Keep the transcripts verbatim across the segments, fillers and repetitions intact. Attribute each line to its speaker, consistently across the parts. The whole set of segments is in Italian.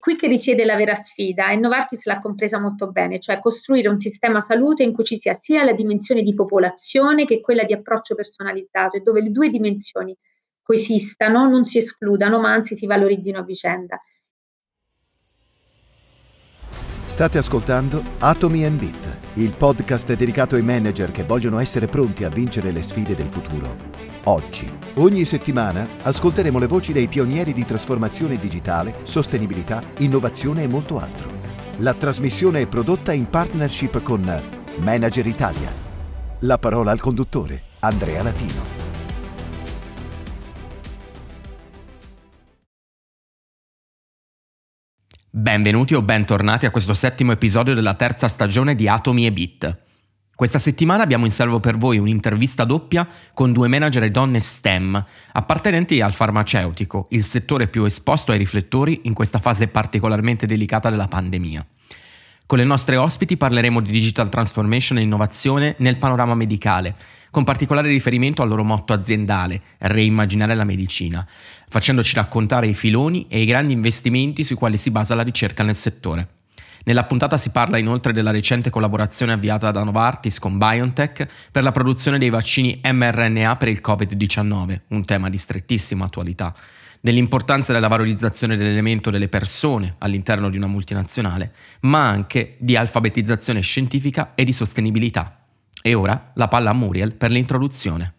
Speaker 1: qui che risiede la vera sfida, e Novartis l'ha compresa molto bene, cioè costruire un sistema salute in cui ci sia sia la dimensione di popolazione che quella di approccio personalizzato, e dove le due dimensioni coesistano, non si escludano, ma anzi si valorizzino a vicenda.
Speaker 2: State ascoltando Atomi and Bit, il podcast dedicato ai manager che vogliono essere pronti a vincere le sfide del futuro. Oggi, ogni settimana, ascolteremo le voci dei pionieri di trasformazione digitale, sostenibilità, innovazione e molto altro. La trasmissione è prodotta in partnership con Manager Italia. La parola al conduttore, Andrea Latino.
Speaker 3: Benvenuti o bentornati a questo settimo episodio della terza stagione di Atomi e Bit. Questa settimana abbiamo in serbo per voi un'intervista doppia con due manager e donne STEM, appartenenti al farmaceutico, il settore più esposto ai riflettori in questa fase particolarmente delicata della pandemia. Con le nostre ospiti parleremo di digital transformation e innovazione nel panorama medicale, con particolare riferimento al loro motto aziendale, reimmaginare la medicina, facendoci raccontare i filoni e i grandi investimenti sui quali si basa la ricerca nel settore. Nella puntata si parla inoltre della recente collaborazione avviata da Novartis con BioNTech per la produzione dei vaccini mRNA per il covid diciannove, un tema di strettissima attualità, dell'importanza della valorizzazione dell'elemento delle persone all'interno di una multinazionale, ma anche di alfabetizzazione scientifica e di sostenibilità. E ora la palla a Muriel per l'introduzione.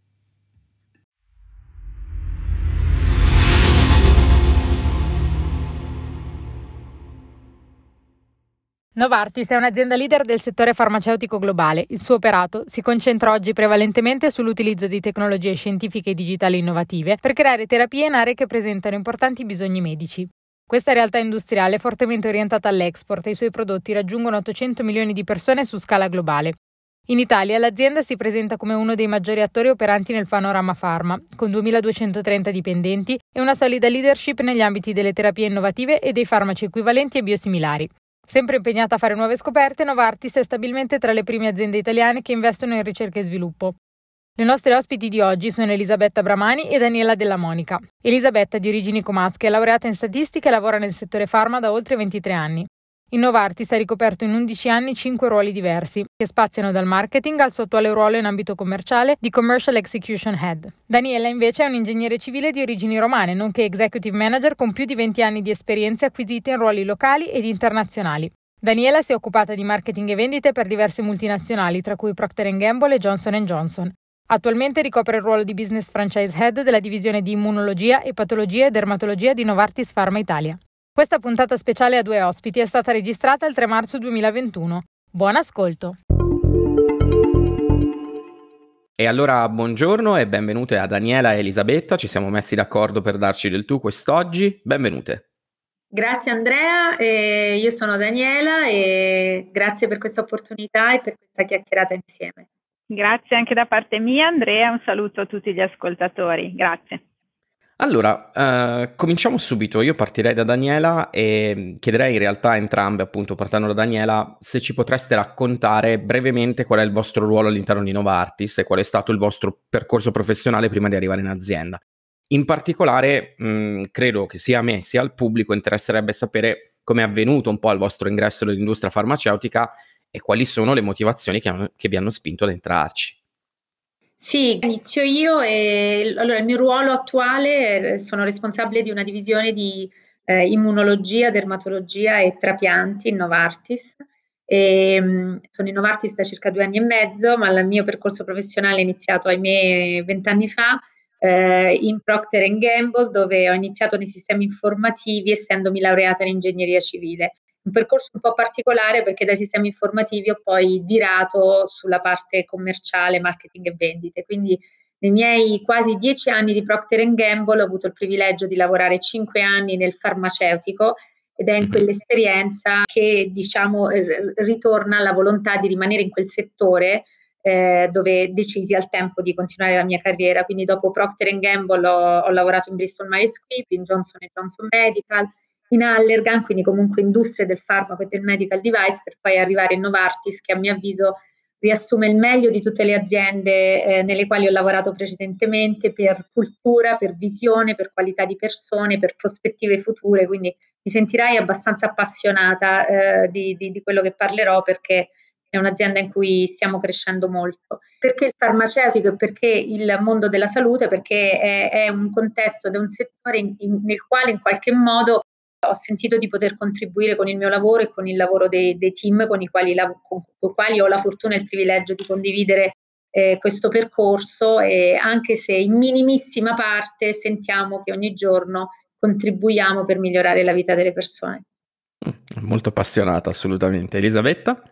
Speaker 4: Novartis è un'azienda leader del settore farmaceutico globale. Il suo operato si concentra oggi prevalentemente sull'utilizzo di tecnologie scientifiche e digitali innovative per creare terapie in aree che presentano importanti bisogni medici. Questa realtà industriale è fortemente orientata all'export e i suoi prodotti raggiungono ottocento milioni di persone su scala globale. In Italia l'azienda si presenta come uno dei maggiori attori operanti nel panorama pharma, con duemiladuecentotrenta dipendenti e una solida leadership negli ambiti delle terapie innovative e dei farmaci equivalenti e biosimilari. Sempre impegnata a fare nuove scoperte, Novartis è stabilmente tra le prime aziende italiane che investono in ricerca e sviluppo. Le nostre ospiti di oggi sono Elisabetta Bramani e Daniela Della Monica. Elisabetta, di origini comasche, è laureata in statistica e lavora nel settore pharma da oltre ventitré anni. In Novartis ha ricoperto in undici anni cinque ruoli diversi, che spaziano dal marketing al suo attuale ruolo in ambito commerciale di Commercial Execution Head. Daniela invece è un ingegnere civile di origini romane, nonché executive manager con più di venti anni di esperienze acquisite in ruoli locali ed internazionali. Daniela si è occupata di marketing e vendite per diverse multinazionali, tra cui Procter and Gamble e Johnson and Johnson. Attualmente ricopre il ruolo di Business Franchise Head della divisione di immunologia, epatologia e dermatologia di Novartis Pharma Italia. Questa puntata speciale a due ospiti è stata registrata il tre marzo duemilaventuno. Buon ascolto!
Speaker 3: E allora buongiorno e benvenute a Daniela e Elisabetta, ci siamo messi d'accordo per darci del tu quest'oggi, benvenute.
Speaker 1: Grazie Andrea, e io sono Daniela e grazie per questa opportunità e per questa chiacchierata insieme.
Speaker 5: Grazie anche da parte mia Andrea, un saluto a tutti gli ascoltatori, grazie.
Speaker 3: Allora, eh, cominciamo subito. Io partirei da Daniela e chiederei in realtà a entrambe, appunto partendo da Daniela, se ci potreste raccontare brevemente qual è il vostro ruolo all'interno di Novartis e qual è stato il vostro percorso professionale prima di arrivare in azienda. In particolare, mh, credo che sia a me sia al pubblico interesserebbe sapere come è avvenuto un po' il vostro ingresso nell'industria farmaceutica e quali sono le motivazioni che, hanno, che vi hanno spinto ad entrarci.
Speaker 1: Sì, inizio io e allora il mio ruolo attuale, sono responsabile di una divisione di eh, immunologia, dermatologia e trapianti in Novartis. E, mh, sono in Novartis da circa due anni e mezzo, ma il mio percorso professionale è iniziato, ahimè, vent'anni fa eh, in Procter and Gamble, dove ho iniziato nei sistemi informativi essendomi laureata in ingegneria civile. Un percorso un po' particolare perché dai sistemi informativi ho poi virato sulla parte commerciale, marketing e vendite. Quindi nei miei quasi dieci anni di Procter and Gamble ho avuto il privilegio di lavorare cinque anni nel farmaceutico ed è in quell'esperienza che, diciamo, ritorna la volontà di rimanere in quel settore eh, dove decisi al tempo di continuare la mia carriera. Quindi dopo Procter and Gamble ho, ho lavorato in Bristol Myers Squibb, in Johnson and Johnson Medical, in Allergan, quindi comunque industria del farmaco e del medical device, per poi arrivare in Novartis, che a mio avviso riassume il meglio di tutte le aziende eh, nelle quali ho lavorato precedentemente, per cultura, per visione, per qualità di persone, per prospettive future, quindi ti sentirai abbastanza appassionata eh, di, di, di quello che parlerò, perché è un'azienda in cui stiamo crescendo molto. Perché il farmaceutico e perché il mondo della salute? Perché è, è un contesto ed è un settore in, in, nel quale in qualche modo ho sentito di poter contribuire con il mio lavoro e con il lavoro dei, dei team con i quali, con i quali ho la fortuna e il privilegio di condividere eh, questo percorso, e anche se in minimissima parte sentiamo che ogni giorno contribuiamo per migliorare la vita delle persone.
Speaker 3: Molto appassionata, assolutamente. Elisabetta?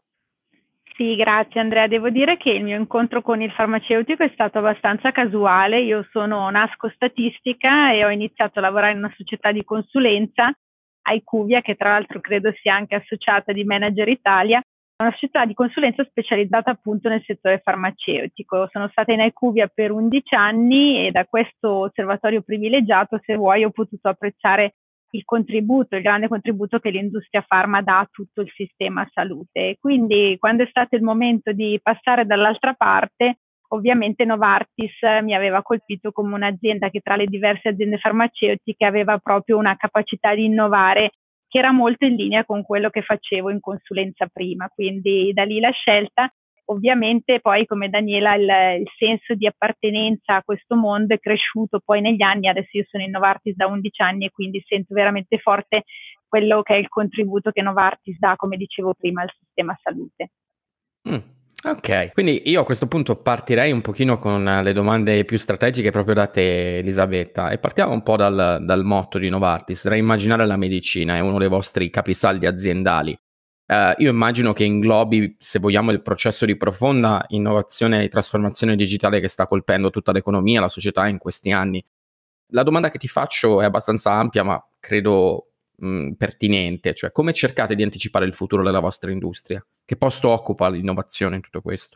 Speaker 5: Sì, grazie Andrea. Devo dire che il mio incontro con il farmaceutico è stato abbastanza casuale. Io sono NASCO Statistica e ho iniziato a lavorare in una società di consulenza, IQVIA, che tra l'altro credo sia anche associata di Manager Italia, una società di consulenza specializzata appunto nel settore farmaceutico. Sono stata in IQVIA per undici anni e da questo osservatorio privilegiato, se vuoi, ho potuto apprezzare il contributo, il grande contributo che l'industria farma dà a tutto il sistema salute. Quindi quando è stato il momento di passare dall'altra parte, ovviamente Novartis mi aveva colpito come un'azienda che tra le diverse aziende farmaceutiche aveva proprio una capacità di innovare che era molto in linea con quello che facevo in consulenza prima. Quindi da lì la scelta. Ovviamente poi, come Daniela, il, il senso di appartenenza a questo mondo è cresciuto poi negli anni. Adesso io sono in Novartis da undici anni e quindi sento veramente forte quello che è il contributo che Novartis dà, come dicevo prima, al sistema salute.
Speaker 3: Mm, ok, quindi io a questo punto partirei un pochino con le domande più strategiche proprio da te, Elisabetta, e partiamo un po' dal, dal motto di Novartis: reimmaginare la medicina. È uno dei vostri capisaldi aziendali. Uh, io immagino che inglobi, se vogliamo, il processo di profonda innovazione e trasformazione digitale che sta colpendo tutta l'economia, la società in questi anni. La domanda che ti faccio è abbastanza ampia, ma credo mh, pertinente, cioè come cercate di anticipare il futuro della vostra industria? Che posto occupa l'innovazione in tutto questo?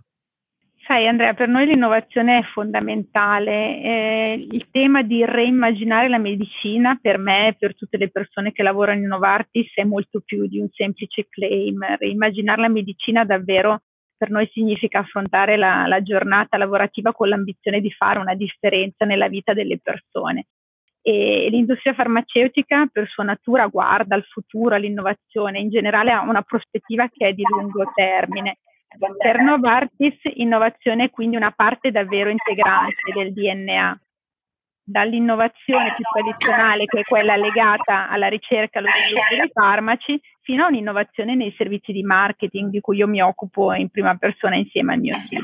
Speaker 5: Sai Andrea, per noi l'innovazione è fondamentale. Eh, il tema di reimmaginare la medicina, per me e per tutte le persone che lavorano in Novartis, è molto più di un semplice claim. Reimmaginare la medicina davvero per noi significa affrontare la, la giornata lavorativa con l'ambizione di fare una differenza nella vita delle persone. E l'industria farmaceutica per sua natura guarda al futuro, all'innovazione, in generale ha una prospettiva che è di lungo termine. Per Novartis innovazione è quindi una parte davvero integrante del D N A, dall'innovazione più tradizionale, che è quella legata alla ricerca e allo sviluppo dei farmaci, fino a un'innovazione nei servizi di marketing di cui io mi occupo in prima persona insieme al mio team.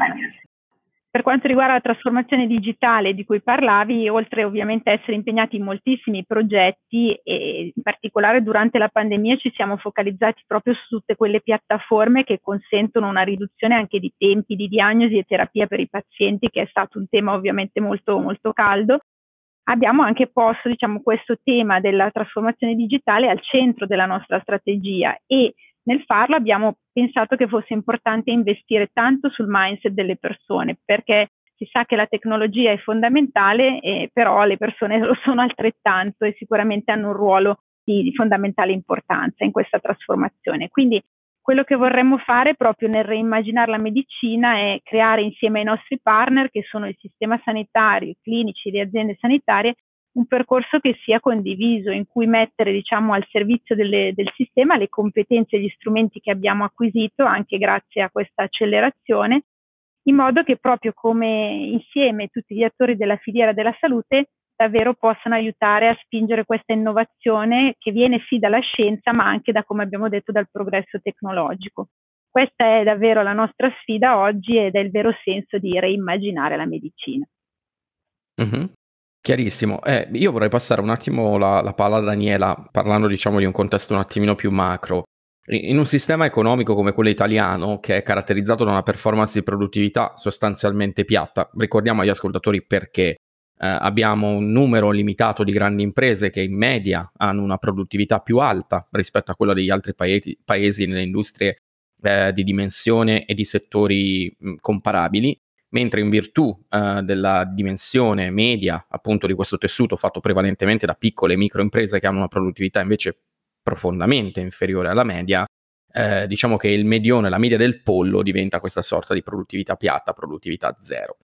Speaker 5: Per quanto riguarda la trasformazione digitale di cui parlavi, oltre ovviamente a essere impegnati in moltissimi progetti, e in particolare durante la pandemia ci siamo focalizzati proprio su tutte quelle piattaforme che consentono una riduzione anche di tempi di diagnosi e terapia per i pazienti, che è stato un tema ovviamente molto, molto caldo. Abbiamo anche posto, diciamo, questo tema della trasformazione digitale al centro della nostra strategia, e nel farlo abbiamo pensato che fosse importante investire tanto sul mindset delle persone, perché si sa che la tecnologia è fondamentale, eh, però le persone lo sono altrettanto e sicuramente hanno un ruolo di, di fondamentale importanza in questa trasformazione. Quindi quello che vorremmo fare proprio nel reimmaginare la medicina è creare insieme ai nostri partner, che sono il sistema sanitario, i clinici e le aziende sanitarie, un percorso che sia condiviso, in cui mettere, diciamo, al servizio delle, del sistema le competenze e gli strumenti che abbiamo acquisito anche grazie a questa accelerazione, in modo che proprio come insieme tutti gli attori della filiera della salute davvero possano aiutare a spingere questa innovazione che viene sì dalla scienza, ma anche da, come abbiamo detto, dal progresso tecnologico. Questa è davvero la nostra sfida oggi ed è il vero senso di reimmaginare la medicina.
Speaker 3: Mm-hmm. Chiarissimo. Eh, io vorrei passare un attimo la, la palla a Daniela, parlando, diciamo, di un contesto un attimino più macro. In un sistema economico come quello italiano, che è caratterizzato da una performance di produttività sostanzialmente piatta, ricordiamo agli ascoltatori perché eh, abbiamo un numero limitato di grandi imprese che in media hanno una produttività più alta rispetto a quella degli altri paesi, paesi nelle industrie eh, di dimensione e di settori mh, comparabili, mentre in virtù eh, della dimensione media appunto di questo tessuto fatto prevalentemente da piccole e micro imprese che hanno una produttività invece profondamente inferiore alla media, eh, diciamo che il medione, la media del pollo diventa questa sorta di produttività piatta, produttività zero.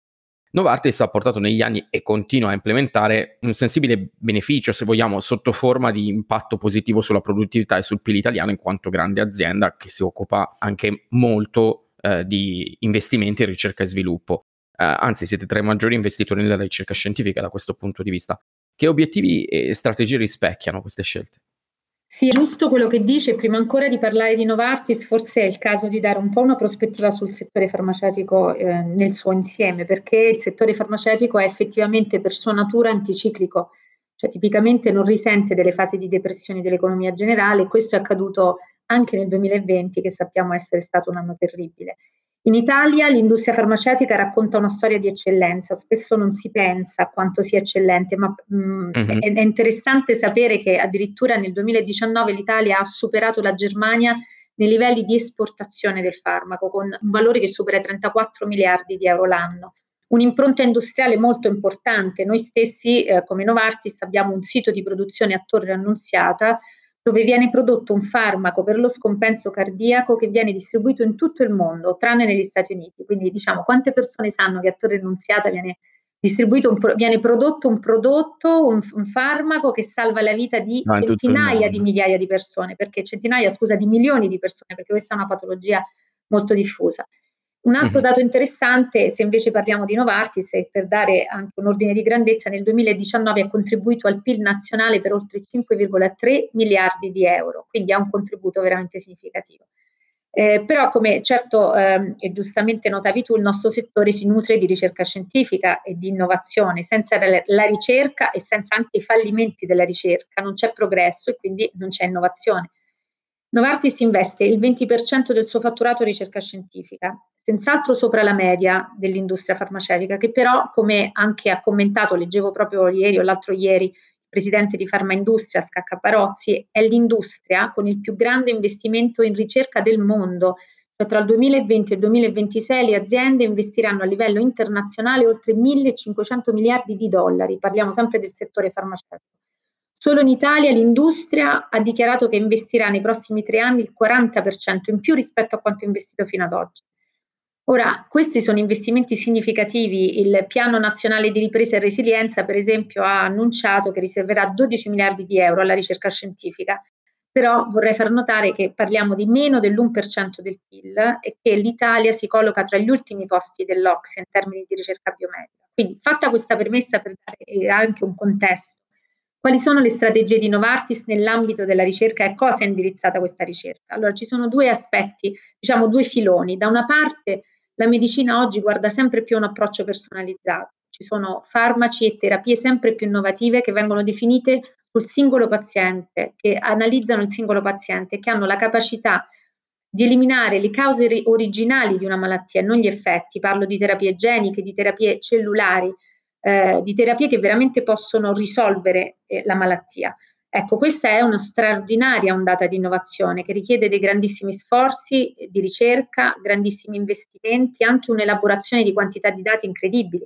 Speaker 3: Novartis ha portato negli anni e continua a implementare un sensibile beneficio, se vogliamo, sotto forma di impatto positivo sulla produttività e sul P I L italiano, in quanto grande azienda che si occupa anche molto eh, di investimenti in ricerca e sviluppo. Eh, anzi, siete tra i maggiori investitori nella ricerca scientifica da questo punto di vista. Che obiettivi e strategie rispecchiano queste scelte?
Speaker 1: Sì, è giusto quello che dice. Prima ancora di parlare di Novartis, forse è il caso di dare un po' una prospettiva sul settore farmaceutico eh, nel suo insieme, perché il settore farmaceutico è effettivamente per sua natura anticiclico, cioè tipicamente non risente delle fasi di depressione dell'economia generale. Questo è accaduto anche nel duemilaventi, che sappiamo essere stato un anno terribile. In Italia l'industria farmaceutica racconta una storia di eccellenza, spesso non si pensa a quanto sia eccellente, ma mh, mm-hmm. è, è interessante sapere che addirittura nel duemiladiciannove l'Italia ha superato la Germania nei livelli di esportazione del farmaco, con un valore che supera i trentaquattro miliardi di euro l'anno. Un'impronta industriale molto importante. Noi stessi, eh, come Novartis, abbiamo un sito di produzione a Torre Annunziata, dove viene prodotto un farmaco per lo scompenso cardiaco che viene distribuito in tutto il mondo, tranne negli Stati Uniti. Quindi diciamo, quante persone sanno che a Torre Annunziata viene distribuito, un pro- viene prodotto un prodotto, un, un farmaco che salva la vita di
Speaker 3: no,
Speaker 1: centinaia di migliaia di persone, perché centinaia, scusa, di milioni di persone, perché questa è una patologia molto diffusa. Un altro dato interessante, se invece parliamo di Novartis, e per dare anche un ordine di grandezza, nel duemiladiciannove ha contribuito al P I L nazionale per oltre cinque virgola tre miliardi di euro, quindi ha un contributo veramente significativo. Eh, però, come certo ehm, e giustamente notavi tu, il nostro settore si nutre di ricerca scientifica e di innovazione. Senza la ricerca e senza anche i fallimenti della ricerca non c'è progresso e quindi non c'è innovazione. Novartis investe il venti per cento del suo fatturato in ricerca scientifica, senz'altro sopra la media dell'industria farmaceutica, che però, come anche ha commentato, leggevo proprio ieri o l'altro ieri, il presidente di Farmaindustria, Scacca Barozzi, è l'industria con il più grande investimento in ricerca del mondo. Cioè, tra il duemilaventi e il duemilaventisei le aziende investiranno a livello internazionale oltre millecinquecento miliardi di dollari, parliamo sempre del settore farmaceutico. Solo in Italia l'industria ha dichiarato che investirà nei prossimi tre anni il quaranta per cento in più rispetto a quanto investito fino ad oggi. Ora, questi sono investimenti significativi. Il Piano Nazionale di Ripresa e Resilienza, per esempio, ha annunciato che riserverà dodici miliardi di euro alla ricerca scientifica, però vorrei far notare che parliamo di meno dell'uno per cento del P I L e che l'Italia si colloca tra gli ultimi posti dell'O C S E in termini di ricerca biomedica. Quindi, fatta questa premessa per dare anche un contesto, quali sono le strategie di Novartis nell'ambito della ricerca e a cosa è indirizzata questa ricerca? Allora, ci sono due aspetti, diciamo due filoni. Da una parte, la medicina oggi guarda sempre più a un approccio personalizzato. Ci sono farmaci e terapie sempre più innovative che vengono definite sul singolo paziente, che analizzano il singolo paziente, che hanno la capacità di eliminare le cause originali di una malattia e non gli effetti. Parlo di terapie geniche, di terapie cellulari, Eh, di terapie che veramente possono risolvere eh, la malattia. Ecco, questa è una straordinaria ondata di innovazione che richiede dei grandissimi sforzi di ricerca, grandissimi investimenti, anche un'elaborazione di quantità di dati incredibili.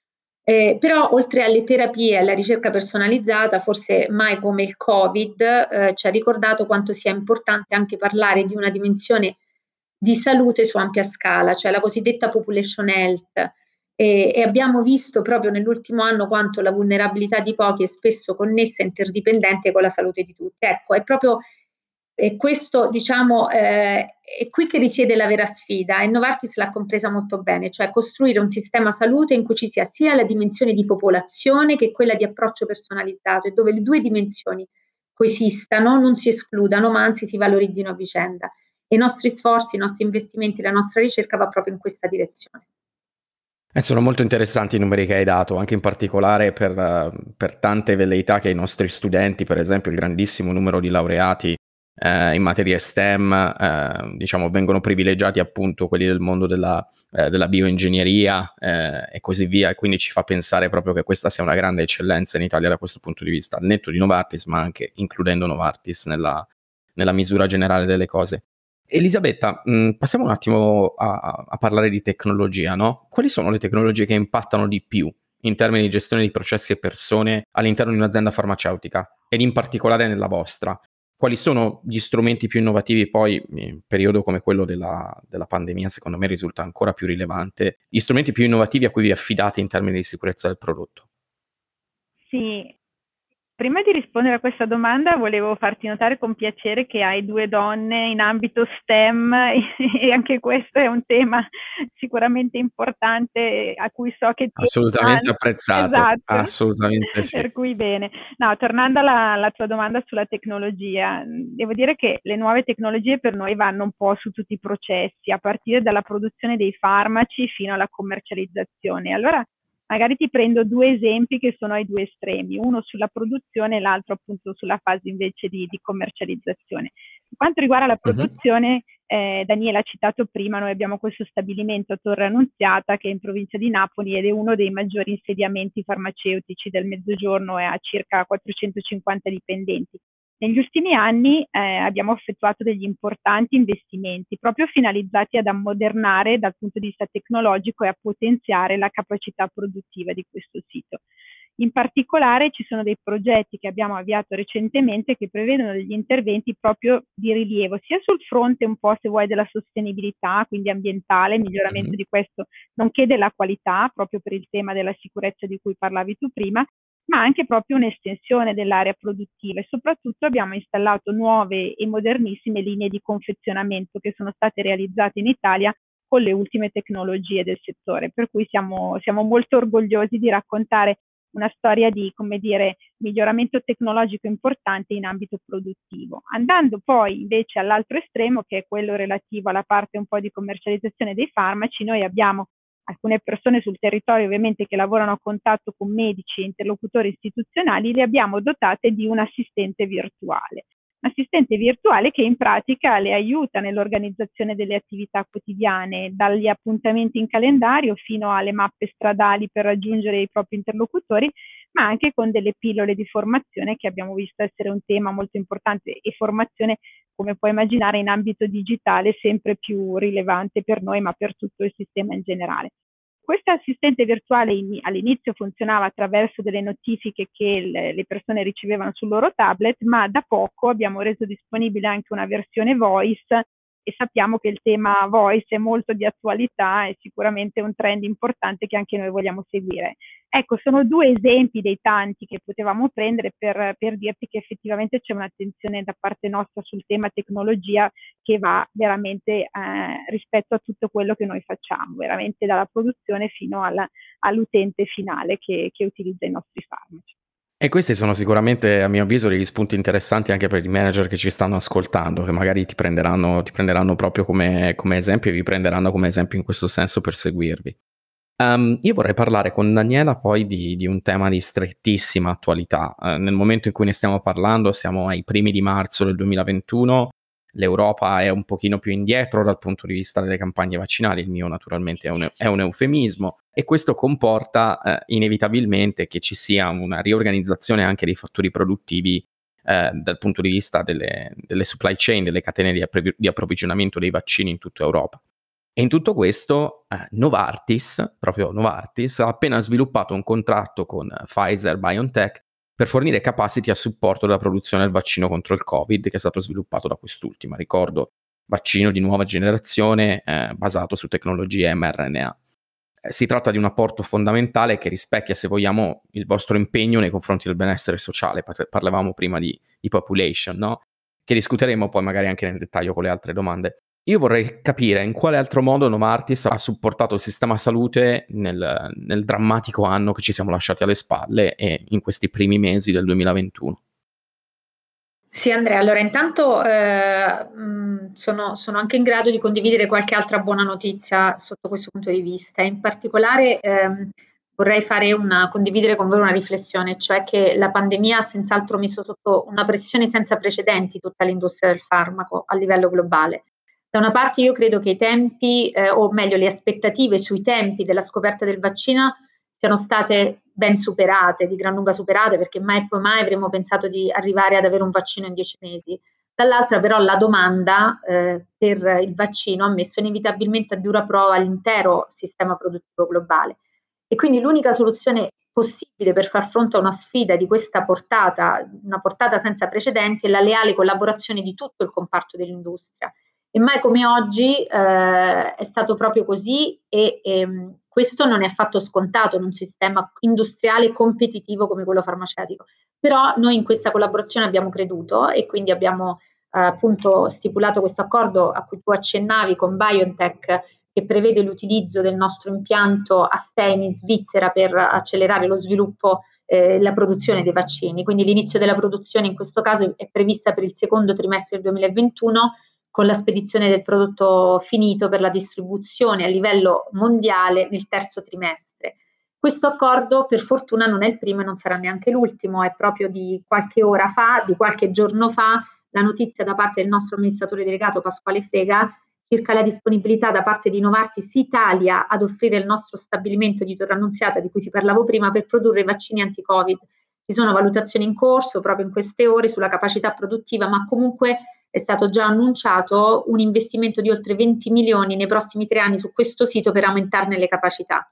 Speaker 1: Eh, però oltre alle terapie e alla ricerca personalizzata, forse mai come il Covid eh, ci ha ricordato quanto sia importante anche parlare di una dimensione di salute su ampia scala, cioè la cosiddetta population health. E, e abbiamo visto proprio nell'ultimo anno quanto la vulnerabilità di pochi è spesso connessa e interdipendente con la salute di tutti. Ecco, è proprio e questo, diciamo, eh, è qui che risiede la vera sfida e Novartis l'ha compresa molto bene, cioè costruire un sistema salute in cui ci sia sia la dimensione di popolazione che quella di approccio personalizzato e dove le due dimensioni coesistano, non si escludano, ma anzi si valorizzino a vicenda. E i nostri sforzi, i nostri investimenti, la nostra ricerca va proprio in questa direzione.
Speaker 3: Eh, sono molto interessanti i numeri che hai dato, anche in particolare per, uh, per tante velleità che i nostri studenti, per esempio il grandissimo numero di laureati eh, in materie STEM, eh, diciamo, vengono privilegiati appunto quelli del mondo della, eh, della bioingegneria eh, e così via, e quindi ci fa pensare proprio che questa sia una grande eccellenza in Italia da questo punto di vista, al netto di Novartis, ma anche includendo Novartis nella, nella misura generale delle cose. Elisabetta, mh, passiamo un attimo a, a parlare di tecnologia, no? Quali sono le tecnologie che impattano di più in termini di gestione di processi e persone all'interno di un'azienda farmaceutica ed in particolare nella vostra? quali sono gli strumenti più innovativi poi in un periodo come quello della, della pandemia, secondo me risulta ancora più rilevante, gli strumenti più innovativi a cui vi affidate in termini di sicurezza del prodotto?
Speaker 5: Sì, prima di rispondere a questa domanda volevo farti notare con piacere che hai due donne in ambito STEM e anche questo è un tema sicuramente importante a cui so che tieni
Speaker 3: Assolutamente
Speaker 5: tanto.
Speaker 3: apprezzato,
Speaker 5: Esatto,
Speaker 3: assolutamente sì.
Speaker 5: per cui bene. No, tornando alla, alla tua domanda sulla tecnologia, devo dire che le nuove tecnologie per noi vanno un po' su tutti i processi, a partire dalla produzione dei farmaci fino alla commercializzazione. Allora, magari ti prendo due esempi che sono ai due estremi, uno sulla produzione e l'altro appunto sulla fase invece di, di commercializzazione. Per quanto riguarda la
Speaker 3: Mhm.
Speaker 5: produzione, eh, Daniela ha citato prima, noi abbiamo questo stabilimento a Torre Annunziata che è in provincia di Napoli ed è uno dei maggiori insediamenti farmaceutici del Mezzogiorno e ha circa quattrocentocinquanta dipendenti. Negli ultimi anni eh, abbiamo effettuato degli importanti investimenti proprio finalizzati ad ammodernare dal punto di vista tecnologico e a potenziare la capacità produttiva di questo sito. In particolare ci sono dei progetti che abbiamo avviato recentemente che prevedono degli interventi proprio di rilievo, sia sul fronte un po' se vuoi della sostenibilità, quindi ambientale, miglioramento
Speaker 3: Mhm.
Speaker 5: di questo, nonché della qualità, proprio per il tema della sicurezza di cui parlavi tu prima, ma anche proprio un'estensione dell'area produttiva e soprattutto abbiamo installato nuove e modernissime linee di confezionamento che sono state realizzate in Italia con le ultime tecnologie del settore, per cui siamo, siamo molto orgogliosi di raccontare una storia di, come dire, miglioramento tecnologico importante in ambito produttivo. Andando poi invece all'altro estremo, che è quello relativo alla parte un po' di commercializzazione dei farmaci, noi abbiamo alcune persone sul territorio ovviamente che lavorano a contatto con medici e interlocutori istituzionali, le abbiamo dotate di un assistente virtuale. Un assistente virtuale che in pratica le aiuta nell'organizzazione delle attività quotidiane, dagli appuntamenti in calendario fino alle mappe stradali per raggiungere i propri interlocutori, ma anche con delle pillole di formazione che abbiamo visto essere un tema molto importante e formazione, come puoi immaginare, in ambito digitale sempre più rilevante per noi, ma per tutto il sistema in generale. Questa assistente virtuale in, all'inizio funzionava attraverso delle notifiche che le, le persone ricevevano sul loro tablet, ma da poco abbiamo reso disponibile anche una versione voice e sappiamo che il tema voice è molto di attualità e sicuramente un trend importante che anche noi vogliamo seguire. Ecco, sono due esempi dei tanti che potevamo prendere per, per dirti che effettivamente c'è un'attenzione da parte nostra sul tema tecnologia che va veramente eh, rispetto a tutto quello che noi facciamo, veramente dalla produzione fino alla, all'utente finale che, che utilizza i nostri farmaci.
Speaker 3: E questi sono sicuramente, a mio avviso, degli spunti interessanti anche per i manager che ci stanno ascoltando, che magari ti prenderanno, ti prenderanno proprio come, come esempio e vi prenderanno come esempio in questo senso per seguirvi. Um, io vorrei parlare con Daniela poi di, di un tema di strettissima attualità. Uh, nel momento in cui ne stiamo parlando, siamo ai primi di marzo del duemilaventuno, l'Europa è un pochino più indietro dal punto di vista delle campagne vaccinali, il mio naturalmente è un, è un eufemismo, e questo comporta eh, inevitabilmente che ci sia una riorganizzazione anche dei fattori produttivi eh, dal punto di vista delle, delle supply chain, delle catene di, appro- di approvvigionamento dei vaccini in tutta Europa. E in tutto questo eh, Novartis, proprio Novartis, ha appena sviluppato un contratto con Pfizer-BioNTech per fornire capacity a supporto della produzione del vaccino contro il Covid che è stato sviluppato da quest'ultima. Ricordo, vaccino di nuova generazione eh, basato su tecnologie mRNA. Eh, si tratta di un apporto fondamentale che rispecchia, se vogliamo, il vostro impegno nei confronti del benessere sociale. Parlavamo prima di, di population, no? Che discuteremo poi magari anche nel dettaglio con le altre domande. Io vorrei capire in quale altro modo Novartis ha supportato il sistema salute nel, nel drammatico anno che ci siamo lasciati alle spalle e in questi primi mesi del duemilaventuno.
Speaker 1: Sì, Andrea, allora intanto eh, mh, sono, sono anche in grado di condividere qualche altra buona notizia sotto questo punto di vista. In particolare ehm, vorrei fare una, condividere con voi una riflessione, cioè che la pandemia ha senz'altro messo sotto una pressione senza precedenti tutta l'industria del farmaco a livello globale. Da una parte io credo che i tempi, eh, o meglio le aspettative sui tempi della scoperta del vaccino siano state ben superate, di gran lunga superate, perché mai e poi mai avremmo pensato di arrivare ad avere un vaccino in dieci mesi. Dall'altra però la domanda eh, per il vaccino ha messo inevitabilmente a dura prova l'intero sistema produttivo globale. E quindi l'unica soluzione possibile per far fronte a una sfida di questa portata, una portata senza precedenti, è la leale collaborazione di tutto il comparto dell'industria. E mai come oggi eh, è stato proprio così e ehm, questo non è affatto scontato in un sistema industriale competitivo come quello farmaceutico. Però noi in questa collaborazione abbiamo creduto e quindi abbiamo eh, appunto stipulato questo accordo a cui tu accennavi con BioNTech, che prevede l'utilizzo del nostro impianto a Stein in Svizzera per accelerare lo sviluppo e eh, la produzione dei vaccini. Quindi l'inizio della produzione in questo caso è prevista per il secondo trimestre del duemilaventuno, con la spedizione del prodotto finito per la distribuzione a livello mondiale nel terzo trimestre. Questo accordo per fortuna non è il primo e non sarà neanche l'ultimo, è proprio di qualche ora fa, di qualche giorno fa, la notizia da parte del nostro amministratore delegato Pasquale Frega circa la disponibilità da parte di Novartis Italia ad offrire il nostro stabilimento di Torre Annunziata, di cui ti parlavo prima, per produrre i vaccini anti-Covid. Ci sono valutazioni in corso proprio in queste ore sulla capacità produttiva, ma comunque è stato già annunciato un investimento di oltre venti milioni nei prossimi tre anni su questo sito per aumentarne le capacità.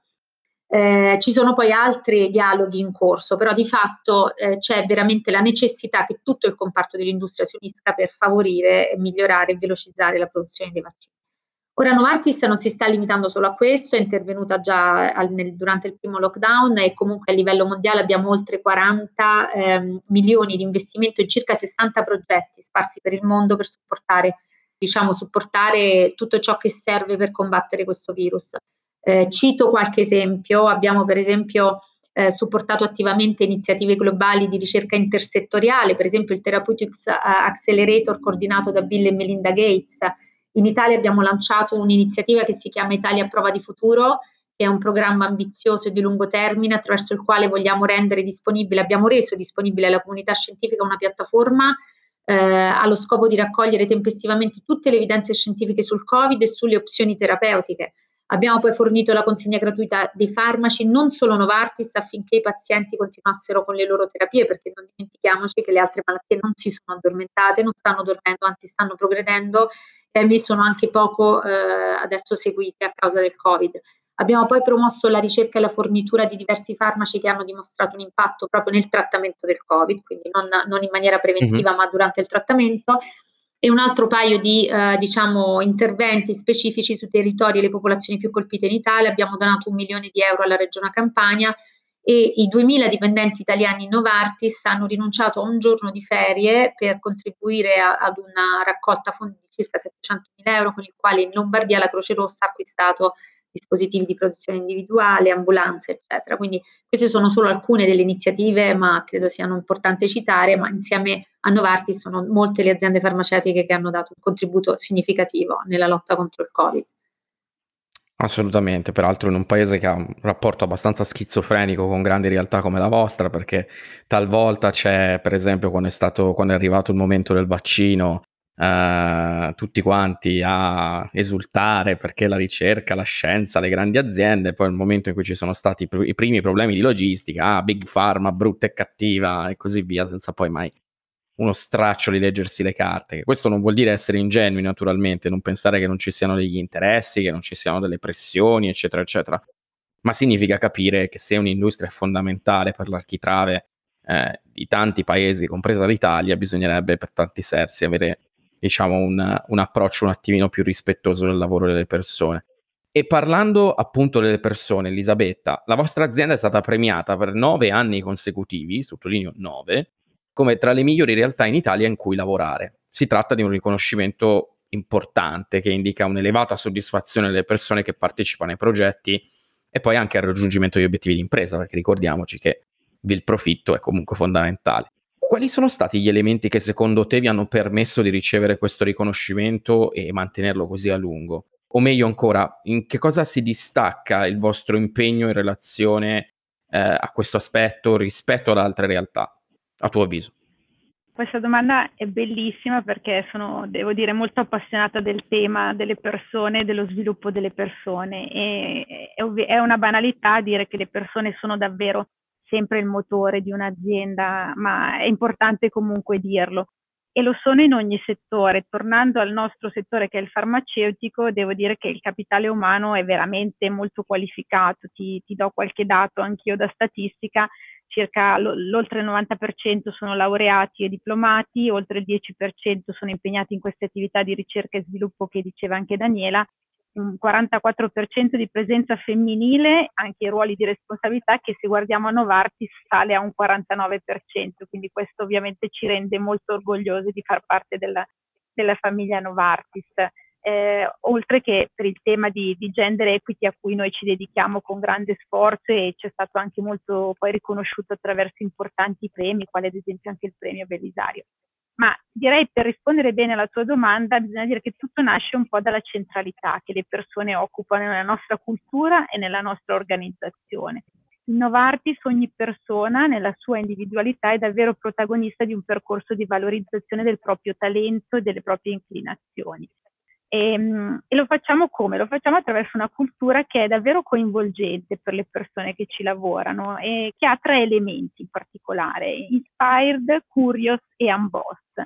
Speaker 1: Eh, ci sono poi altri dialoghi in corso, però di fatto eh, c'è veramente la necessità che tutto il comparto dell'industria si unisca per favorire, migliorare e velocizzare la produzione dei vaccini. Ora Novartis non si sta limitando solo a questo, è intervenuta già al, nel, durante il primo lockdown e comunque a livello mondiale abbiamo oltre quaranta ehm, milioni di investimento in circa sessanta progetti sparsi per il mondo per supportare, diciamo, supportare tutto ciò che serve per combattere questo virus. Eh, cito qualche esempio, abbiamo per esempio eh, supportato attivamente iniziative globali di ricerca intersettoriale, per esempio il Therapeutics Accelerator coordinato da Bill e Melinda Gates. In Italia abbiamo lanciato un'iniziativa che si chiama Italia a prova di futuro, che è un programma ambizioso e di lungo termine attraverso il quale vogliamo rendere disponibile, abbiamo reso disponibile alla comunità scientifica una piattaforma eh, allo scopo di raccogliere tempestivamente tutte le evidenze scientifiche sul Covid e sulle opzioni terapeutiche. Abbiamo poi fornito la consegna gratuita dei farmaci, non solo Novartis, affinché i pazienti continuassero con le loro terapie, perché non dimentichiamoci che le altre malattie non si sono addormentate, non stanno dormendo, anzi stanno progredendo e sono anche poco eh, adesso seguite a causa del Covid. Abbiamo poi promosso la ricerca e la fornitura di diversi farmaci che hanno dimostrato un impatto proprio nel trattamento del Covid, quindi non, non in maniera preventiva, mm-hmm. ma durante il trattamento. E un altro paio di eh, diciamo, interventi specifici sui territori e le popolazioni più colpite in Italia. Abbiamo donato un milione di euro alla Regione Campania e i duemila dipendenti italiani Novartis hanno rinunciato a un giorno di ferie per contribuire a, ad una raccolta fondi di circa settecentomila euro, con il quale in Lombardia la Croce Rossa ha acquistato dispositivi di protezione individuale, ambulanze, eccetera. Quindi queste sono solo alcune delle iniziative, ma credo siano importanti citare, ma insieme a Novartis sono molte le aziende farmaceutiche che hanno dato un contributo significativo nella lotta contro il Covid.
Speaker 3: Assolutamente, peraltro in un paese che ha un rapporto abbastanza schizofrenico con grandi realtà come la vostra, perché talvolta c'è, per esempio, quando è stato, quando è arrivato il momento del vaccino, Uh, tutti quanti a esultare perché la ricerca, la scienza, le grandi aziende, poi nel momento in cui ci sono stati i, pr- i primi problemi di logistica, ah, Big Pharma, brutta e cattiva e così via, senza poi mai uno straccio di leggersi le carte. Questo non vuol dire essere ingenui, naturalmente, non pensare che non ci siano degli interessi, che non ci siano delle pressioni, eccetera, eccetera, ma significa capire che se un'industria è fondamentale per l'architrave eh, di tanti paesi, compresa l'Italia, bisognerebbe per tanti versi avere, diciamo, un, un approccio un attimino più rispettoso del lavoro delle persone. E parlando appunto delle persone, Elisabetta, la vostra azienda è stata premiata per nove anni consecutivi, sottolineo nove, come tra le migliori realtà in Italia in cui lavorare. Si tratta di un riconoscimento importante che indica un'elevata soddisfazione delle persone che partecipano ai progetti e poi anche al raggiungimento degli obiettivi di impresa, perché ricordiamoci che il profitto è comunque fondamentale. Quali sono stati gli elementi che secondo te vi hanno permesso di ricevere questo riconoscimento e mantenerlo così a lungo? O meglio ancora, in che cosa si distacca il vostro impegno in relazione eh, a questo aspetto rispetto ad altre realtà, a tuo avviso?
Speaker 5: Questa domanda è bellissima perché sono, devo dire, molto appassionata del tema delle persone e dello sviluppo delle persone e è, ovvi- è una banalità dire che le persone sono davvero sempre il motore di un'azienda, ma è importante comunque dirlo. e lo sono in ogni settore. Tornando al nostro settore che è il farmaceutico, devo dire che il capitale umano è veramente molto qualificato. Ti, ti do qualche dato anch'io da statistica: circa l'oltre il novanta per cento sono laureati e diplomati, oltre il dieci per cento sono impegnati in queste attività di ricerca e sviluppo che diceva anche Daniela, un quarantaquattro per cento di presenza femminile, anche i ruoli di responsabilità che, se guardiamo a Novartis, sale a un quarantanove per cento, quindi questo ovviamente ci rende molto orgogliosi di far parte della, della famiglia Novartis. Eh, oltre che per il tema di, di gender equity a cui noi ci dedichiamo con grande sforzo, e ci è stato anche molto poi riconosciuto attraverso importanti premi, quale ad esempio anche il premio Belisario. Ma direi, per rispondere bene alla tua domanda, bisogna dire che tutto nasce un po' dalla centralità che le persone occupano nella nostra cultura e nella nostra organizzazione. In Novartis ogni persona, nella sua individualità, è davvero protagonista di un percorso di valorizzazione del proprio talento e delle proprie inclinazioni. E, e lo facciamo come? Lo facciamo attraverso una cultura che è davvero coinvolgente per le persone che ci lavorano e che ha tre elementi in particolare: inspired, curious e unbossed.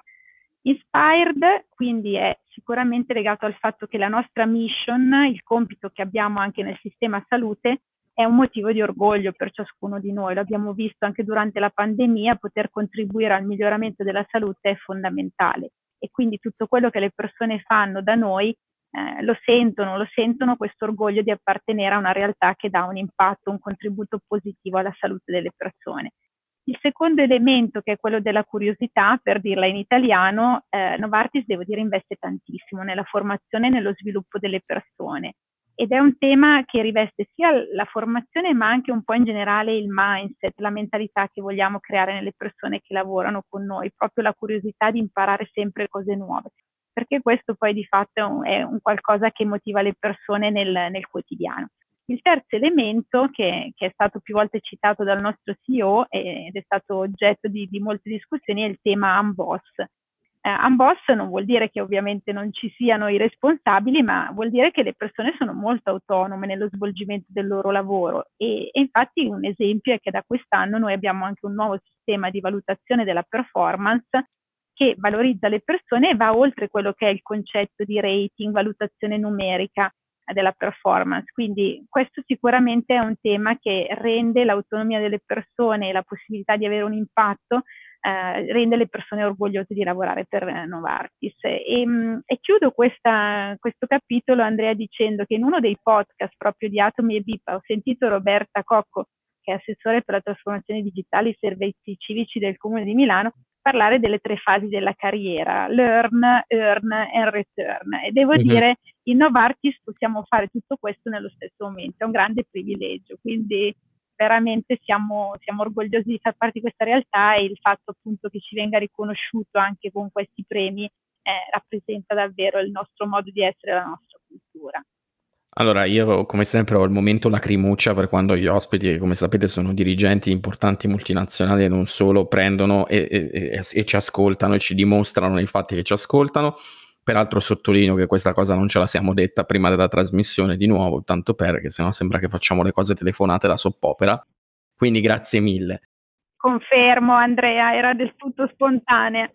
Speaker 5: Inspired quindi è sicuramente legato al fatto che la nostra mission, il compito che abbiamo anche nel sistema salute, è un motivo di orgoglio per ciascuno di noi. Lo abbiamo visto anche durante la pandemia: poter contribuire al miglioramento della salute è fondamentale. E quindi tutto quello che le persone fanno da noi eh, lo sentono, lo sentono questo orgoglio di appartenere a una realtà che dà un impatto, un contributo positivo alla salute delle persone. Il secondo elemento, che è quello della curiosità, per dirla in italiano, eh, Novartis, devo dire, investe tantissimo nella formazione e nello sviluppo delle persone. Ed è un tema che riveste sia la formazione, ma anche un po' in generale il mindset, la mentalità che vogliamo creare nelle persone che lavorano con noi, proprio la curiosità di imparare sempre cose nuove, perché questo poi di fatto è un, è un qualcosa che motiva le persone nel, nel quotidiano. Il terzo elemento, che, che è stato più volte citato dal nostro C E O ed è stato oggetto di, di molte discussioni, è il tema Unboss. Eh, Unboss non vuol dire che ovviamente non ci siano i responsabili, ma vuol dire che le persone sono molto autonome nello svolgimento del loro lavoro, e, e infatti un esempio è che da quest'anno noi abbiamo anche un nuovo sistema di valutazione della performance che valorizza le persone e va oltre quello che è il concetto di rating, valutazione numerica della performance. Quindi questo sicuramente è un tema che rende l'autonomia delle persone e la possibilità di avere un impatto, eh, rende le persone orgogliose di lavorare per Novartis. E, e chiudo questa, questo capitolo, Andrea, dicendo che in uno dei podcast proprio di Atomi e Bip ho sentito Roberta Cocco, che è assessore per la trasformazione digitale e i servizi civici del Comune di Milano, parlare delle tre fasi della carriera: learn, earn and return. E devo mm-hmm. dire, in Novartis possiamo fare tutto questo nello stesso momento, è un grande privilegio, quindi veramente siamo, siamo orgogliosi di far parte di questa realtà, e il fatto appunto che ci venga riconosciuto anche con questi premi eh, rappresenta davvero il nostro modo di essere e la nostra cultura.
Speaker 3: Allora, io come sempre ho il momento lacrimuccia per quando gli ospiti, che come sapete sono dirigenti importanti multinazionali e non solo, prendono e, e, e ci ascoltano e ci dimostrano nei fatti che ci ascoltano. Peraltro sottolineo che questa cosa non ce la siamo detta prima della trasmissione, di nuovo, tanto per, che sennò sembra che facciamo le cose telefonate da soppopera. Quindi grazie mille.
Speaker 5: Confermo, Andrea, era del tutto spontanea.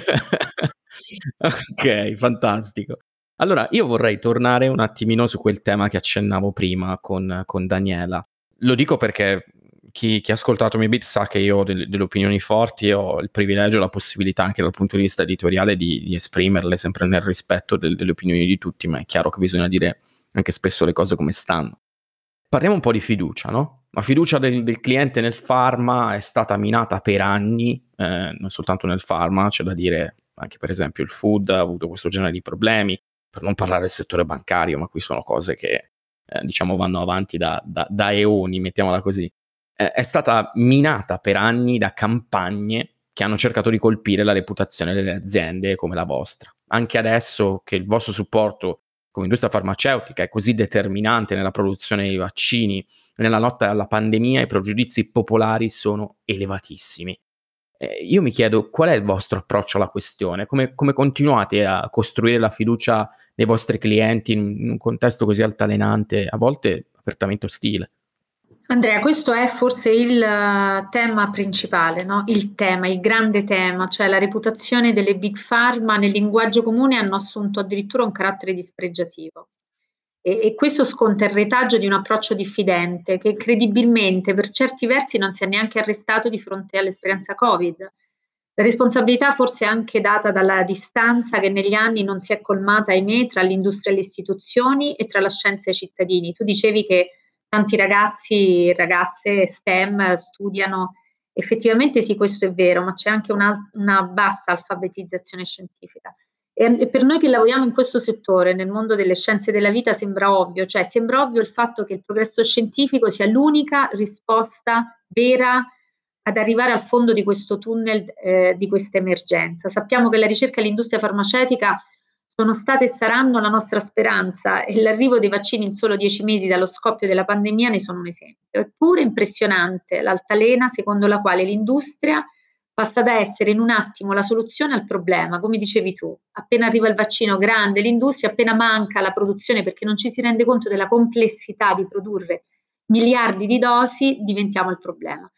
Speaker 3: Ok, fantastico. Allora, io vorrei tornare un attimino su quel tema che accennavo prima con, con Daniela. Lo dico perché chi, chi ha ascoltato Atomi e Bip sa che io ho delle, delle opinioni forti e ho il privilegio e la possibilità anche dal punto di vista editoriale di, di esprimerle sempre nel rispetto del, delle opinioni di tutti, ma è chiaro che bisogna dire anche spesso le cose come stanno. Parliamo un po' di fiducia, no? La fiducia del, del cliente nel pharma è stata minata per anni, eh, non soltanto nel pharma, c'è da dire anche per esempio il food ha avuto questo genere di problemi, per non parlare del settore bancario, ma qui sono cose che eh, diciamo vanno avanti da, da, da eoni, mettiamola così. Eh, è stata minata per anni da campagne che hanno cercato di colpire la reputazione delle aziende come la vostra. Anche adesso che il vostro supporto come industria farmaceutica è così determinante nella produzione dei vaccini, nella lotta alla pandemia, i pregiudizi popolari sono elevatissimi. Eh, io mi chiedo qual è il vostro approccio alla questione, come, come continuate a costruire la fiducia dei vostri clienti in un contesto così altalenante, a volte apertamente ostile?
Speaker 1: Andrea, questo è forse il uh, tema principale, no? Il tema, il grande tema, cioè la reputazione delle big pharma nel linguaggio comune hanno assunto addirittura un carattere dispregiativo. E, e questo sconta il retaggio di un approccio diffidente che credibilmente per certi versi non si è neanche arrestato di fronte all'esperienza Covid. La responsabilità forse è anche data dalla distanza che negli anni non si è colmata, ahimè, tra l'industria e le istituzioni e tra la scienza e i cittadini. Tu dicevi che tanti ragazzi e ragazze STEM studiano, effettivamente sì, questo è vero, ma c'è anche una, una bassa alfabetizzazione scientifica. E per noi che lavoriamo in questo settore, nel mondo delle scienze della vita, sembra ovvio, cioè sembra ovvio il fatto che il progresso scientifico sia l'unica risposta vera ad arrivare al fondo di questo tunnel, eh, di questa emergenza. Sappiamo che la ricerca e l'industria farmaceutica sono state e saranno la nostra speranza e l'arrivo dei vaccini in solo dieci mesi dallo scoppio della pandemia ne sono un esempio. Eppure impressionante l'altalena secondo la quale l'industria passa da essere in un attimo la soluzione al problema, come dicevi tu. Appena arriva il vaccino grande, l'industria, appena manca la produzione perché non ci si rende conto della complessità di produrre miliardi di dosi, diventiamo il problema.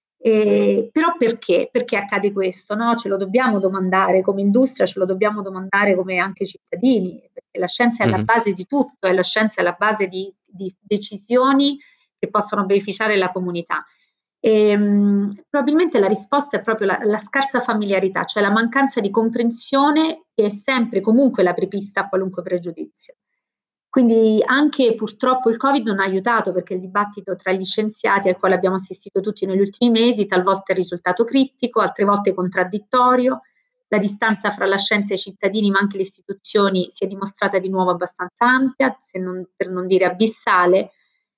Speaker 1: Eh, però perché? Perché accade questo? No? Ce lo dobbiamo domandare come industria, ce lo dobbiamo domandare come anche cittadini, perché la scienza è alla
Speaker 3: Mhm.
Speaker 1: base di tutto, e la scienza è la base di, di decisioni che possono beneficiare la comunità. E, mh, probabilmente la risposta è proprio la, la scarsa familiarità, cioè la mancanza di comprensione che è sempre comunque la prepista a qualunque pregiudizio. Quindi anche purtroppo il Covid non ha aiutato, perché il dibattito tra gli scienziati al quale abbiamo assistito tutti negli ultimi mesi talvolta è risultato criptico, altre volte contraddittorio. La distanza fra la scienza e i cittadini, ma anche le istituzioni, si è dimostrata di nuovo abbastanza ampia, se non, per non dire abissale,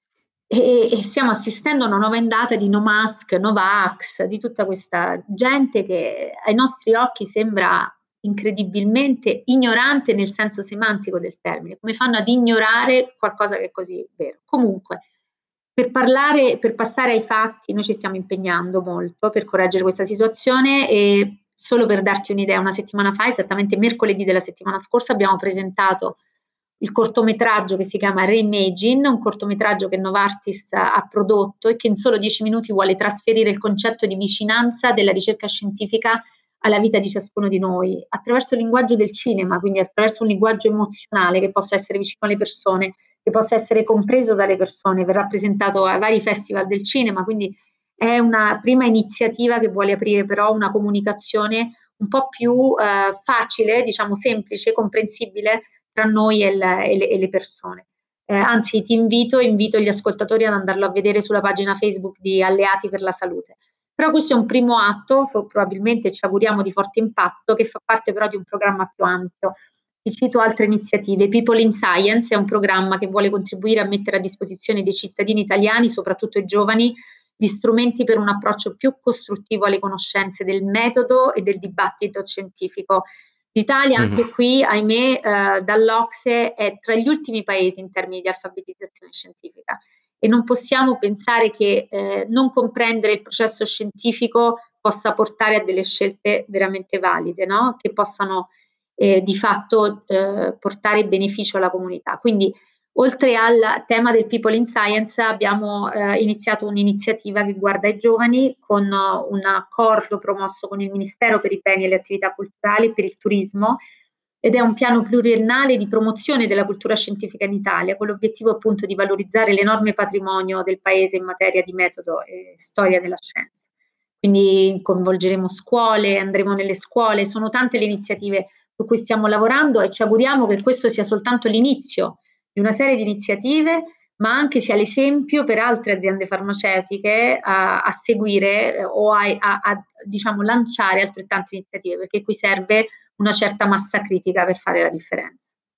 Speaker 1: e, e stiamo assistendo a una nuova ondata di no mask, no vax, di tutta questa gente che ai nostri occhi sembra incredibilmente ignorante nel senso semantico del termine. Come fanno ad ignorare qualcosa che è così vero? Comunque, per parlare, per passare ai fatti, noi ci stiamo impegnando molto per correggere questa situazione e solo per darti un'idea, una settimana fa, esattamente mercoledì della settimana scorsa, abbiamo presentato il cortometraggio che si chiama Reimagine, un cortometraggio che Novartis ha prodotto e che in solo dieci minuti vuole trasferire il concetto di vicinanza della ricerca scientifica alla vita di ciascuno di noi, attraverso il linguaggio del cinema, quindi attraverso un linguaggio emozionale che possa essere vicino alle persone, che possa essere compreso dalle persone, verrà presentato ai vari festival del cinema, quindi è una prima iniziativa che vuole aprire però una comunicazione un po' più eh, facile, diciamo semplice, comprensibile tra noi e, le, e le, e le persone. Eh, anzi, ti invito, invito gli ascoltatori ad andarlo a vedere sulla pagina Facebook di Alleati per la Salute. Però questo è un primo atto, probabilmente ci auguriamo di forte impatto, che fa parte però di un programma più ampio. Ti cito altre iniziative. People in Science è un programma che vuole contribuire a mettere a disposizione dei cittadini italiani, soprattutto i giovani, gli strumenti per un approccio più costruttivo alle conoscenze del metodo e del dibattito scientifico. L'Italia anche qui, ahimè, eh, dall'Ocse è tra gli ultimi paesi in termini di alfabetizzazione scientifica e non possiamo pensare che eh, non comprendere il processo scientifico possa portare a delle scelte veramente valide, no? Che possano eh, di fatto eh, portare beneficio alla comunità. Quindi oltre al tema del People in Science abbiamo eh, iniziato un'iniziativa che guarda i giovani con uh, un accordo promosso con il Ministero per i beni e le attività culturali e per il turismo ed è un piano pluriennale di promozione della cultura scientifica in Italia con l'obiettivo appunto di valorizzare l'enorme patrimonio del paese in materia di metodo e storia della scienza. Quindi coinvolgeremo scuole, andremo nelle scuole, sono tante le iniziative su cui stiamo lavorando e ci auguriamo che questo sia soltanto l'inizio di una serie di iniziative, ma anche sia l'esempio per altre aziende farmaceutiche a, a seguire eh, o a, a, a diciamo, lanciare altrettante iniziative, perché qui serve una certa massa critica per fare la differenza.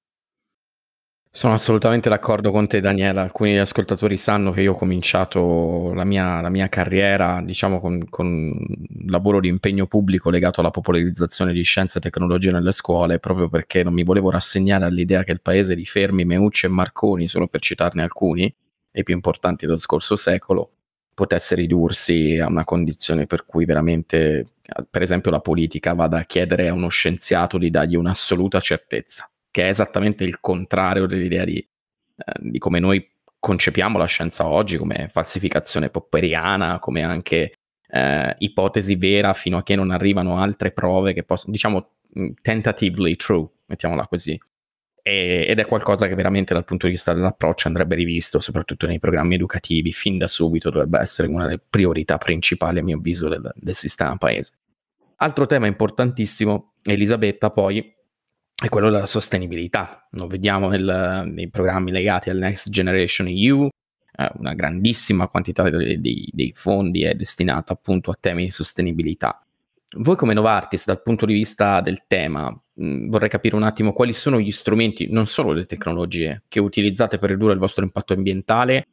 Speaker 3: Sono assolutamente d'accordo con te, Daniela. Alcuni ascoltatori sanno che io ho cominciato la mia, la mia carriera, diciamo, con, con un lavoro di impegno pubblico legato alla popolarizzazione di scienze e tecnologie nelle scuole, proprio perché non mi volevo rassegnare all'idea che il paese di Fermi, Meucci e Marconi, solo per citarne alcuni, i più importanti dello scorso secolo, potesse ridursi a una condizione per cui veramente, per esempio, la politica vada a chiedere a uno scienziato di dargli un'assoluta certezza, che è esattamente il contrario dell'idea di, eh, di come noi concepiamo la scienza oggi come falsificazione popperiana, come anche eh, ipotesi vera fino a che non arrivano altre prove che possono, diciamo, tentatively true, mettiamola così. E, ed è qualcosa che veramente dal punto di vista dell'approccio andrebbe rivisto, soprattutto nei programmi educativi, fin da subito dovrebbe essere una delle priorità principali, a mio avviso, del, del sistema paese. Altro tema importantissimo, Elisabetta, poi, è quello della sostenibilità. Lo vediamo nel, nei programmi legati al Next Generation E U, eh, una grandissima quantità dei, dei, dei fondi è destinata appunto a temi di sostenibilità. Voi come Novartis, dal punto di vista del tema, mh, vorrei capire un attimo quali sono gli strumenti, non solo le tecnologie, che utilizzate per ridurre il vostro impatto ambientale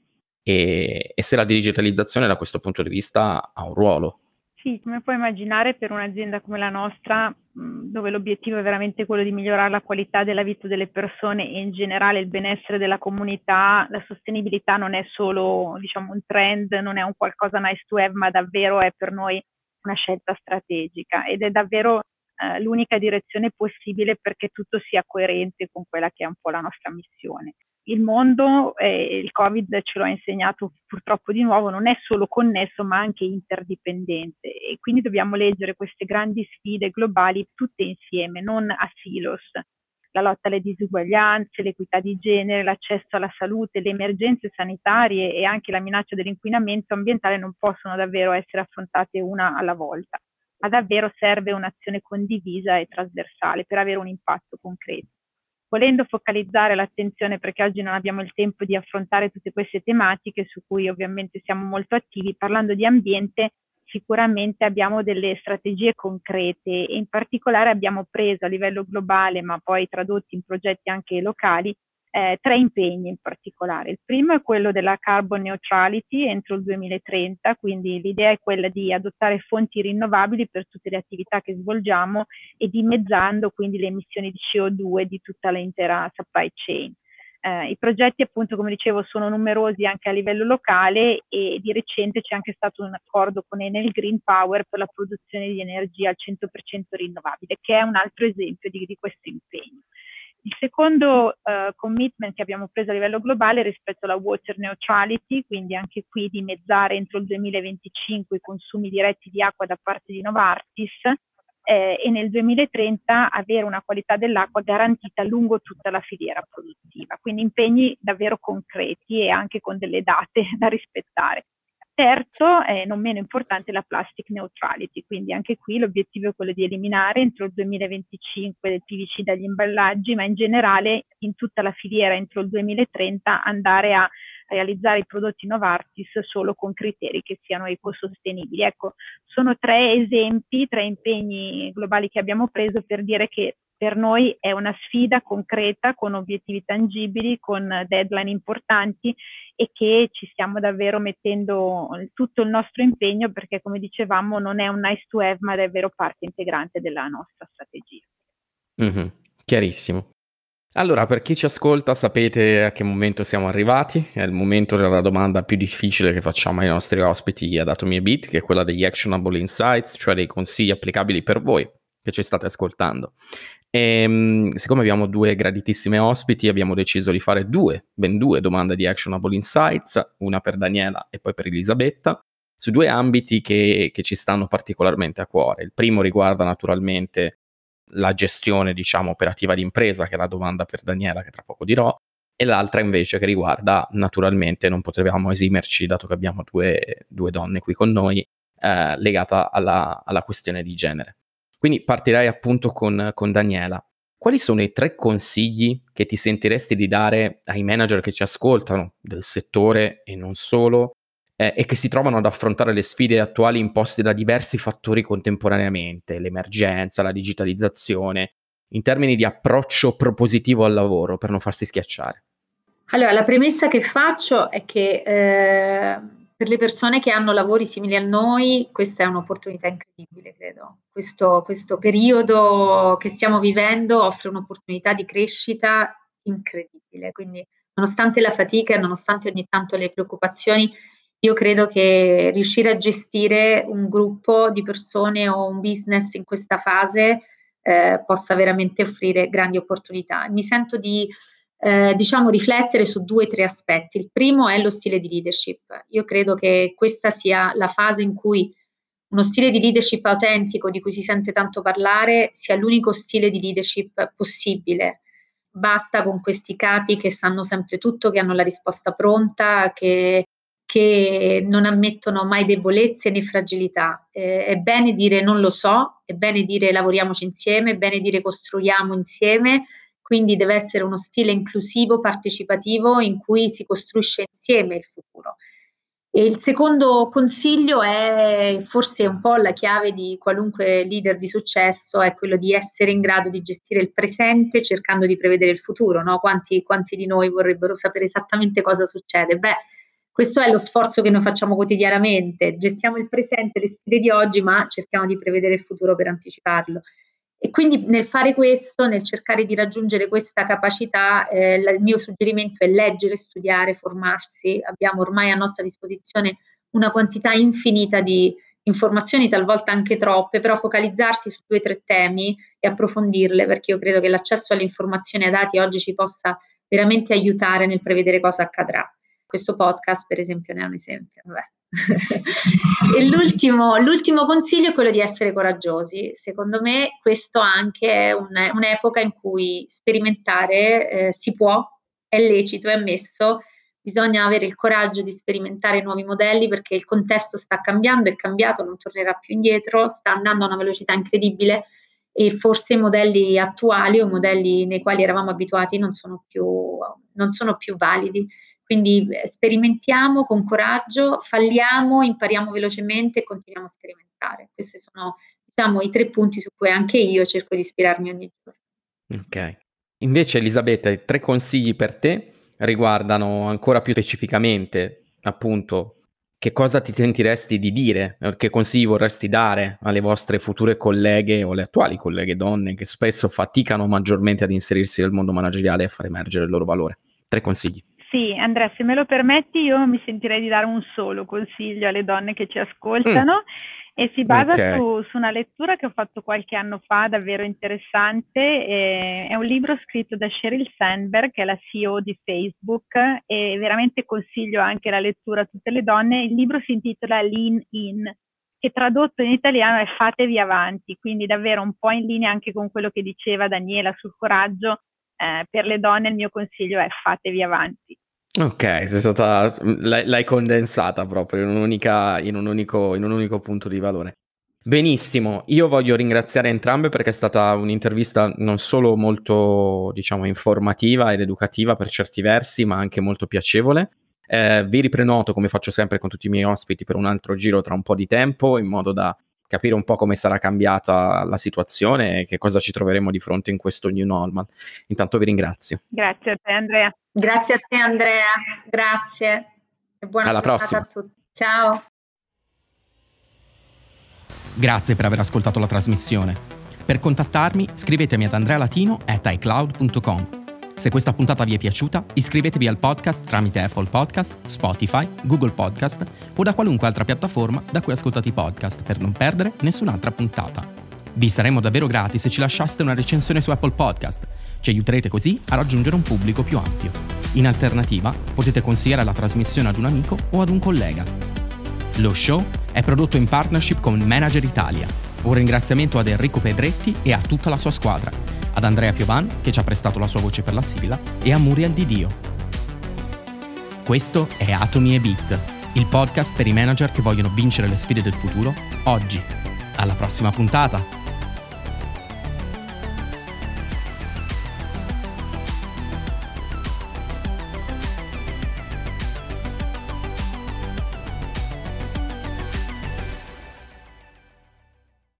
Speaker 3: e, e se la digitalizzazione da questo punto di vista ha un ruolo.
Speaker 5: Sì, come puoi immaginare, per un'azienda come la nostra, dove l'obiettivo è veramente quello di migliorare la qualità della vita delle persone e in generale il benessere della comunità, la sostenibilità non è solo, diciamo, un trend, non è un qualcosa nice to have, ma davvero è per noi una scelta strategica ed è davvero eh, l'unica direzione possibile perché tutto sia coerente con quella che è un po' la nostra missione. Il mondo, eh, il Covid ce lo ha insegnato purtroppo di nuovo, non è solo connesso ma anche interdipendente e quindi dobbiamo leggere queste grandi sfide globali tutte insieme, non a silos. La lotta alle disuguaglianze, l'equità di genere, l'accesso alla salute, le emergenze sanitarie e anche la minaccia dell'inquinamento ambientale non possono davvero essere affrontate una alla volta, ma davvero serve un'azione condivisa e trasversale per avere un impatto concreto. Volendo focalizzare l'attenzione, perché oggi non abbiamo il tempo di affrontare tutte queste tematiche su cui ovviamente siamo molto attivi, parlando di ambiente sicuramente abbiamo delle strategie concrete e in particolare abbiamo preso a livello globale, ma poi tradotti in progetti anche locali, eh, tre impegni in particolare. Il primo è quello della carbon neutrality entro il duemilatrenta, quindi l'idea è quella di adottare fonti rinnovabili per tutte le attività che svolgiamo e dimezzando quindi le emissioni di C O due di tutta l'intera supply chain. Eh, I progetti appunto, come dicevo, sono numerosi anche a livello locale e di recente c'è anche stato un accordo con Enel Green Power per la produzione di energia al cento per cento rinnovabile, che è un altro esempio di, di questo impegno. Il secondo uh, commitment che abbiamo preso a livello globale rispetto alla water neutrality, quindi anche qui dimezzare entro il duemilaventicinque i consumi diretti di acqua da parte di Novartis eh, e nel duemilatrenta avere una qualità dell'acqua garantita lungo tutta la filiera produttiva. Quindi impegni davvero concreti e anche con delle date da rispettare. Terzo, e non meno importante, la plastic neutrality, quindi anche qui l'obiettivo è quello di eliminare entro il duemilaventicinque il P V C dagli imballaggi, ma in generale in tutta la filiera entro il duemilatrenta andare a realizzare i prodotti Novartis solo con criteri che siano ecosostenibili. Ecco, sono tre esempi, tre impegni globali che abbiamo preso per dire che per noi è una sfida concreta con obiettivi tangibili, con deadline importanti e che ci stiamo davvero mettendo tutto il nostro impegno perché, come dicevamo, non è un nice to have ma è davvero parte integrante della nostra strategia.
Speaker 3: Mm-hmm. Chiarissimo. Allora, per chi ci ascolta, sapete a che momento siamo arrivati, è il momento della domanda più difficile che facciamo ai nostri ospiti ad Atomy e Bit, che è quella degli actionable insights, cioè dei consigli applicabili per voi che ci state ascoltando. E siccome abbiamo due graditissime ospiti, abbiamo deciso di fare due, ben due domande di actionable insights, una per Daniela e poi per Elisabetta, su due ambiti che, che ci stanno particolarmente a cuore. Il primo riguarda naturalmente la gestione, diciamo, operativa di impresa, che è la domanda per Daniela, che tra poco dirò, e l'altra invece che riguarda, naturalmente, non potevamo esimerci, dato che abbiamo due, due donne qui con noi, eh, legata alla, alla questione di genere. Quindi partirei appunto con, con Daniela. Quali sono i tre consigli che ti sentiresti di dare ai manager che ci ascoltano del settore e non solo, eh, e che si trovano ad affrontare le sfide attuali imposte da diversi fattori contemporaneamente, l'emergenza, la digitalizzazione, in termini di approccio propositivo al lavoro, per non farsi schiacciare?
Speaker 1: Allora, la premessa che faccio è che eh, per le persone che hanno lavori simili a noi, questa è un'opportunità incredibile, credo. Questo, questo periodo che stiamo vivendo offre un'opportunità di crescita incredibile. Quindi, nonostante la fatica, nonostante ogni tanto le preoccupazioni, io credo che riuscire a gestire un gruppo di persone o un business in questa fase eh, possa veramente offrire grandi opportunità. Mi sento di eh, diciamo riflettere su due o tre aspetti. Il primo è lo stile di leadership. Io credo che questa sia la fase in cui uno stile di leadership autentico, di cui si sente tanto parlare, sia l'unico stile di leadership possibile. Basta con questi capi che sanno sempre tutto, che hanno la risposta pronta, che, che non ammettono mai debolezze né fragilità. Eh, è bene dire non lo so, è bene dire lavoriamoci insieme, è bene dire costruiamo insieme, quindi deve essere uno stile inclusivo, partecipativo, in cui si costruisce insieme il futuro. E il secondo consiglio è forse un po' la chiave di qualunque leader di successo, è quello di essere in grado di gestire il presente cercando di prevedere il futuro, no? Quanti, quanti di noi vorrebbero sapere esattamente cosa succede? Beh, questo è lo sforzo che noi facciamo quotidianamente, gestiamo il presente, le sfide di oggi, ma cerchiamo di prevedere il futuro per anticiparlo. E quindi nel fare questo, nel cercare di raggiungere questa capacità, eh, il mio suggerimento è leggere, studiare, formarsi. Abbiamo ormai a nostra disposizione una quantità infinita di informazioni, talvolta anche troppe, però focalizzarsi su due o tre temi e approfondirle, perché io credo che l'accesso alle informazioni e ai dati oggi ci possa veramente aiutare nel prevedere cosa accadrà. Questo podcast, per esempio, ne è un esempio. Vabbè. E l'ultimo, l'ultimo consiglio è quello di essere coraggiosi. Secondo me questo anche è un, un'epoca in cui sperimentare eh, si può, è lecito, è ammesso, bisogna avere il coraggio di sperimentare nuovi modelli perché il contesto sta cambiando, è cambiato, non tornerà più indietro, sta andando a una velocità incredibile e forse i modelli attuali o i modelli nei quali eravamo abituati non sono più, non sono più validi. Quindi sperimentiamo con coraggio, falliamo, impariamo velocemente e continuiamo a sperimentare. Questi sono, diciamo, i tre punti su cui anche io cerco di ispirarmi ogni giorno.
Speaker 3: Ok. Invece, Elisabetta, tre consigli per te riguardano ancora più specificamente, appunto, che cosa ti sentiresti di dire, che consigli vorresti dare alle vostre future colleghe o alle attuali colleghe donne che spesso faticano maggiormente ad inserirsi nel mondo manageriale e a far emergere il loro valore. Tre consigli.
Speaker 5: Sì, Andrea, se me lo permetti, io mi sentirei di dare un solo consiglio alle donne che ci ascoltano mm. e si basa okay. su, su una lettura che ho fatto qualche anno fa, davvero interessante. Eh, è un libro scritto da Sheryl Sandberg, che è la C E O di Facebook, e veramente consiglio anche la lettura a tutte le donne. Il libro si intitola Lean In, che tradotto in italiano è Fatevi avanti, quindi davvero un po' in linea anche con quello che diceva Daniela sul coraggio. Eh, per le donne il mio consiglio è fatevi avanti.
Speaker 3: Ok, sei stata, l'hai, l'hai condensata proprio in, un'unica, in, un unico, in un unico punto di valore. Benissimo, io voglio ringraziare entrambe perché è stata un'intervista non solo molto, diciamo, informativa ed educativa per certi versi, ma anche molto piacevole. Eh, vi riprenoto, come faccio sempre con tutti i miei ospiti, per un altro giro tra un po' di tempo, in modo da capire un po' come sarà cambiata la situazione e che cosa ci troveremo di fronte in questo new normal. Intanto vi ringrazio.
Speaker 5: Grazie a te, Andrea.
Speaker 1: Grazie a te, Andrea. Grazie. E buona
Speaker 3: Alla
Speaker 1: giornata
Speaker 3: prossima.
Speaker 1: A tutti. Ciao.
Speaker 3: Grazie per aver ascoltato la trasmissione. Per contattarmi, scrivetemi ad andrealatino at icloud punto com. Se questa puntata vi è piaciuta, iscrivetevi al podcast tramite Apple Podcast, Spotify, Google Podcast o da qualunque altra piattaforma da cui ascoltate i podcast per non perdere nessun'altra puntata. Vi saremmo davvero grati se ci lasciaste una recensione su Apple Podcast. Ci aiuterete così a raggiungere un pubblico più ampio. In alternativa, potete consigliare la trasmissione ad un amico o ad un collega. Lo show è prodotto in partnership con Manager Italia. Un ringraziamento ad Enrico Pedretti e a tutta la sua squadra. Ad Andrea Piovan, che ci ha prestato la sua voce per la sigla, e a Muriel Di Dio. Questo è Atomi e Bit, il podcast per i manager che vogliono vincere le sfide del futuro oggi. Alla prossima puntata!